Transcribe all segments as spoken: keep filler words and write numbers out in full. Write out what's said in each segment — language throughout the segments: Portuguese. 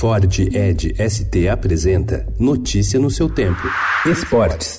Ford Edge S T apresenta Notícia no seu tempo. Esportes.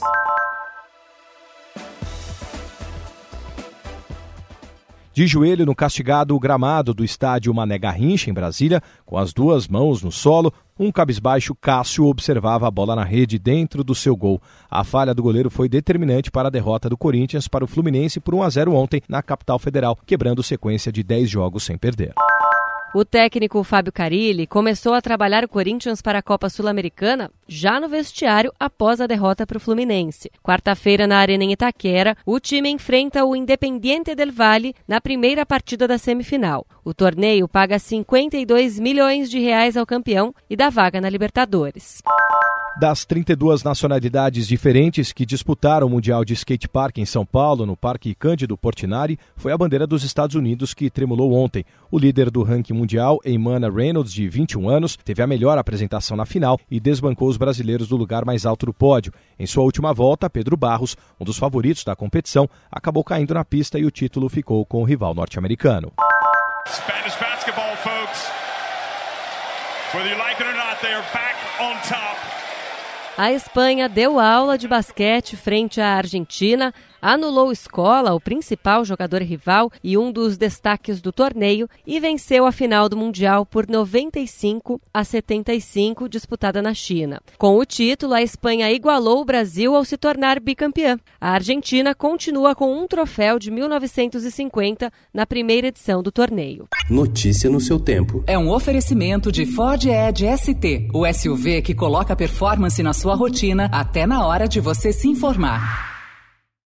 De joelho no castigado gramado do estádio Mané Garrincha, em Brasília, com as duas mãos no solo, um cabisbaixo Cássio observava a bola na rede dentro do seu gol. A falha do goleiro foi determinante para a derrota do Corinthians para o Fluminense por um a zero ontem na capital federal, quebrando sequência de dez jogos sem perder. O técnico Fábio Carilli começou a trabalhar o Corinthians para a Copa Sul-Americana já no vestiário após a derrota para o Fluminense. Quarta-feira, na Arena em Itaquera, o time enfrenta o Independiente del Valle na primeira partida da semifinal. O torneio paga cinquenta e dois milhões de reais ao campeão e dá vaga na Libertadores. Das trinta e duas nacionalidades diferentes que disputaram o Mundial de Skate Park em São Paulo, no Parque Cândido Portinari, foi a bandeira dos Estados Unidos que tremulou ontem. O líder do ranking mundial, Eymana Reynolds, de vinte e um anos, teve a melhor apresentação na final e desbancou os brasileiros do lugar mais alto do pódio. Em sua última volta, Pedro Barros, um dos favoritos da competição, acabou caindo na pista e o título ficou com o rival norte-americano. Spanish basketball, folks. Whether you like it or not, they are back on top. A Espanha deu aula de basquete frente à Argentina, anulou Escola, o principal jogador rival e um dos destaques do torneio, e venceu a final do Mundial por noventa e cinco a setenta e cinco, disputada na China. Com o título, a Espanha igualou o Brasil ao se tornar bicampeã. A Argentina continua com um troféu de mil novecentos e cinquenta na primeira edição do torneio. Notícia no seu tempo. É um oferecimento de Ford Edge S T, o S U V que coloca performance na sua rotina até na hora de você se informar.